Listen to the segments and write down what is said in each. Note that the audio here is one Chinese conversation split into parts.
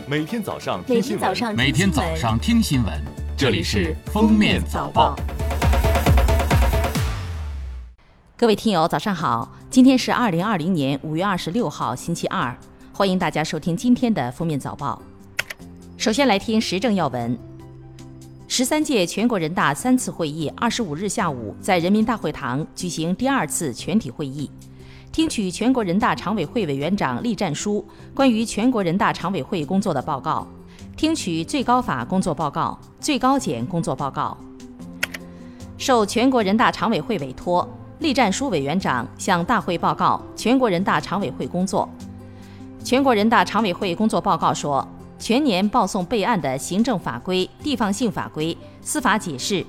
每天早上听新闻， 这里是封面早报。 各位听友早上好，今天是2020年5月26号星期二，欢迎大家收听今天的封面早报。首先来听时政要闻。13届全国人大3次会议25日下午在人民大会堂举行第2次全体会议，听取全国人大常委会委员长栗战书关于全国人大常委会工作的报告，听取最高法工作报告、最高检工作报告。受全国人大常委会委托，栗战书委员长向大会报告全国人大常委会工作。全国人大常委会工作报告说，全年报送备案的行政法规、地方性法规、司法解释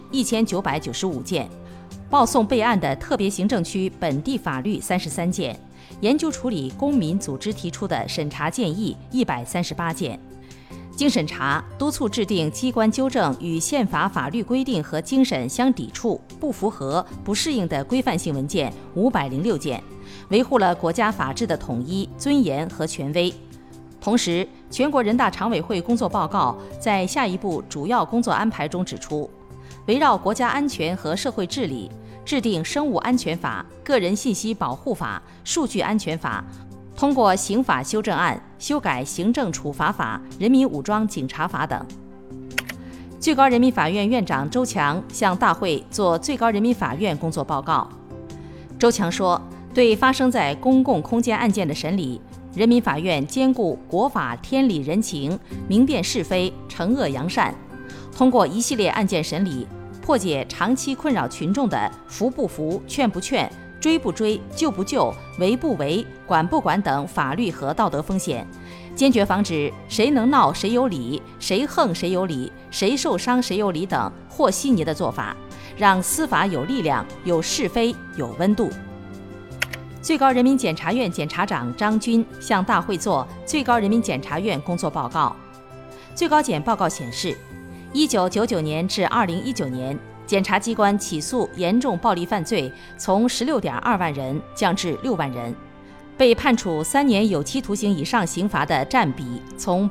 1995件，报送备案的特别行政区本地法律33件，研究处理公民组织提出的审查建议138件。经审查，督促制定机关纠正与宪法法律规定和精神相抵触、不符合、不适应的规范性文件506件，维护了国家法治的统一、尊严和权威。同时，全国人大常委会工作报告在下一步主要工作安排中指出，围绕国家安全和社会治理，制定生物安全法、个人信息保护法、数据安全法，通过刑法修正案修改行政处罚法、人民武装警察法等。最高人民法院院长周强向大会作最高人民法院工作报告。周强说，对发生在公共空间案件的审理，人民法院兼顾国法、天理、人情，明辨是非，惩恶扬善，通过一系列案件审理，破解长期困扰群众的扶不扶、劝不劝、追不追、救不救、违不违、管不管等法律和道德风险，坚决防止谁能闹谁有理、谁横谁有理、谁受伤谁有理等和稀泥的做法，让司法有力量、有是非、有温度。最高人民检察院检察长张军向大会作最高人民检察院工作报告。最高检报告显示，1999年至2019年，检察机关起诉严重暴力犯罪从16.2万人降至6万人，被判处3年有期徒刑以上刑罚的占比从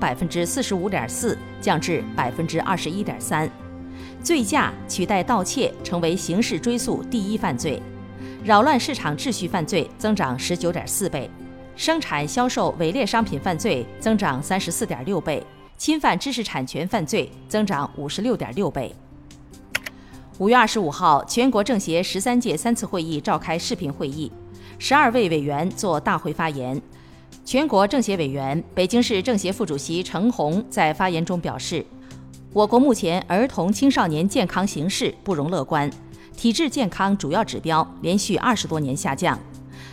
45.4% 降至 21.3%， 醉驾取代盗窃成为刑事追诉第一犯罪，扰乱市场秩序犯罪增长 19.4 倍，生产销售伪劣商品犯罪增长 34.6 倍，侵犯知识产权犯罪增长 56.6 倍。5月25号，全国政协13届3次会议召开视频会议，12位委员作大会发言。全国政协委员、北京市政协副主席程红在发言中表示，我国目前儿童青少年健康形势不容乐观，体质健康主要指标连续20多年下降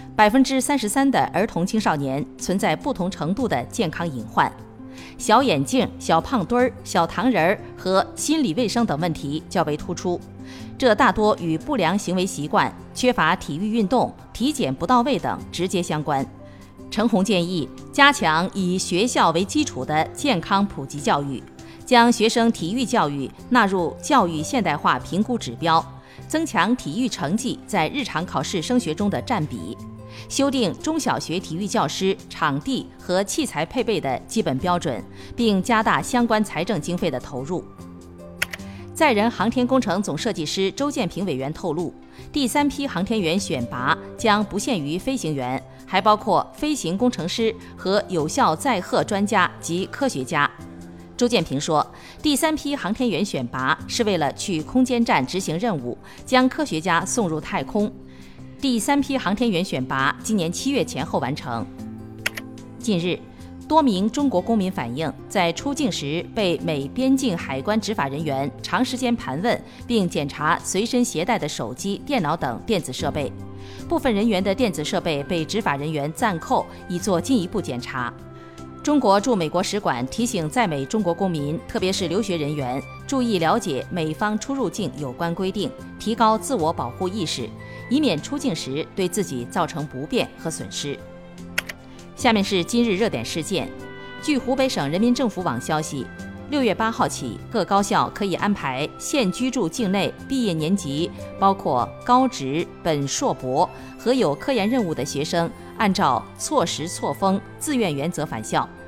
，33%的儿童青少年存在不同程度的健康隐患，小眼镜、小胖墩儿、小糖人儿和心理卫生等问题较为突出，这大多与不良行为习惯、缺乏体育运动、体检不到位等直接相关。程红建议加强以学校为基础的健康普及教育，将学生体育教育纳入教育现代化评估指标，增强体育成绩在日常考试升学中的占比，修订中小学体育教师、场地和器材配备的基本标准，并加大相关财政经费的投入。载人航天工程总设计师周建平委员透露，第3批航天员选拔将不限于飞行员，还包括飞行工程师和有效载荷专家及科学家。周建平说，第3批航天员选拔是为了去空间站执行任务，将科学家送入太空。第3批航天员选拔今年7月前后完成。近日，多名中国公民反映，在出境时被美边境海关执法人员长时间盘问，并检查随身携带的手机、电脑等电子设备。部分人员的电子设备被执法人员暂扣，以做进一步检查。中国驻美国使馆提醒在美中国公民，特别是留学人员，注意了解美方出入境有关规定，提高自我保护意识，以免出境时对自己造成不便和损失。下面是今日热点事件。据湖北省人民政府网消息，6月8号起，各高校可以安排现居住境内毕业年级包括高职、本硕博和有科研任务的学生，按照错时错峰自愿原则返校。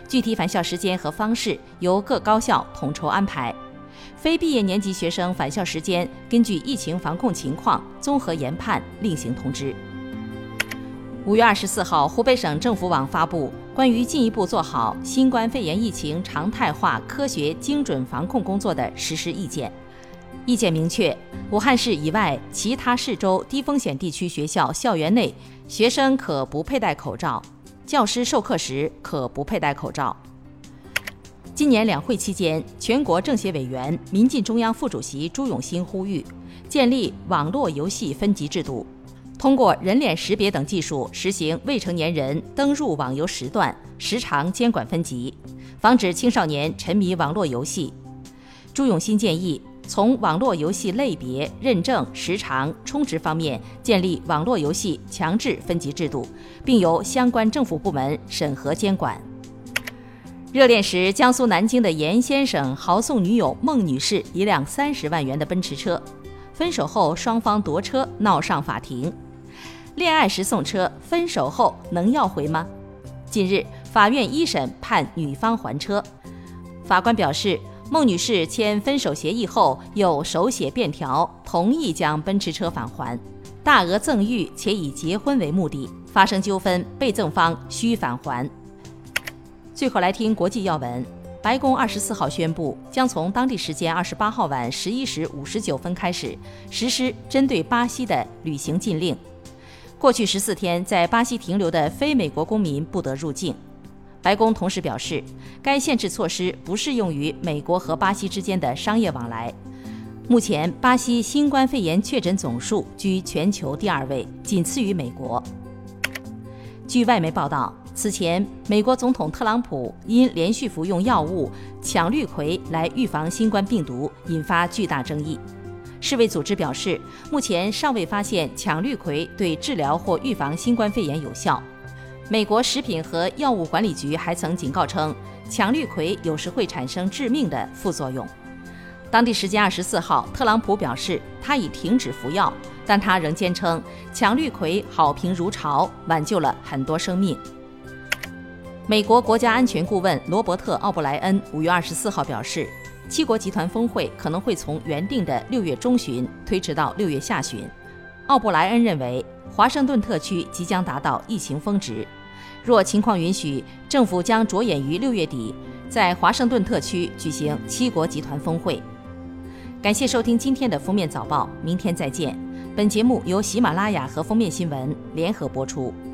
具体返校时间和方式由各高校统筹安排。非毕业年级学生返校时间根据疫情防控情况综合研判，另行通知。5月24号，湖北省政府网发布关于进一步做好新冠肺炎疫情常态化科学精准防控工作的实施意见。意见明确，武汉市以外其他市州低风险地区学校校园内，学生可不佩戴口罩，教师授课时可不佩戴口罩。今年两会期间，全国政协委员、民进中央副主席朱永新呼吁建立网络游戏分级制度，通过人脸识别等技术实行未成年人登入网游时段、时长监管分级，防止青少年沉迷网络游戏。朱永新建议从网络游戏类别、认证、时长、充值方面建立网络游戏强制分级制度，并由相关政府部门审核监管。热恋时，江苏南京的严先生豪送女友孟女士一辆30万元的奔驰车，分手后双方夺车闹上法庭。恋爱时送车，分手后能要回吗？近日，法院一审判女方还车。法官表示，孟女士签分手协议后又手写便条，同意将奔驰车返还，大额赠与且以结婚为目的，发生纠纷，被赠方需返还。最后来听国际要闻。白宫24号宣布，将从当地时间28号晚11时59分开始实施针对巴西的旅行禁令。过去14天在巴西停留的非美国公民不得入境。白宫同时表示，该限制措施不适用于美国和巴西之间的商业往来。目前，巴西新冠肺炎确诊总数居全球第2位，仅次于美国。据外媒报道，此前美国总统特朗普因连续服用药物羟氯喹来预防新冠病毒，引发巨大争议。世卫组织表示，目前尚未发现羟氯喹对治疗或预防新冠肺炎有效。美国食品和药物管理局还曾警告称，羟氯喹有时会产生致命的副作用。当地时间24号，特朗普表示他已停止服药，但他仍坚称羟氯喹好评如潮，挽救了很多生命。美国国家安全顾问罗伯特·奥布莱恩5月24号表示，7国集团峰会可能会从原定的6月中旬推迟到6月下旬。奥布莱恩认为，华盛顿特区即将达到疫情峰值，若情况允许，政府将着眼于6月底在华盛顿特区举行7国集团峰会。感谢收听今天的封面早报，明天再见。本节目由喜马拉雅和封面新闻联合播出。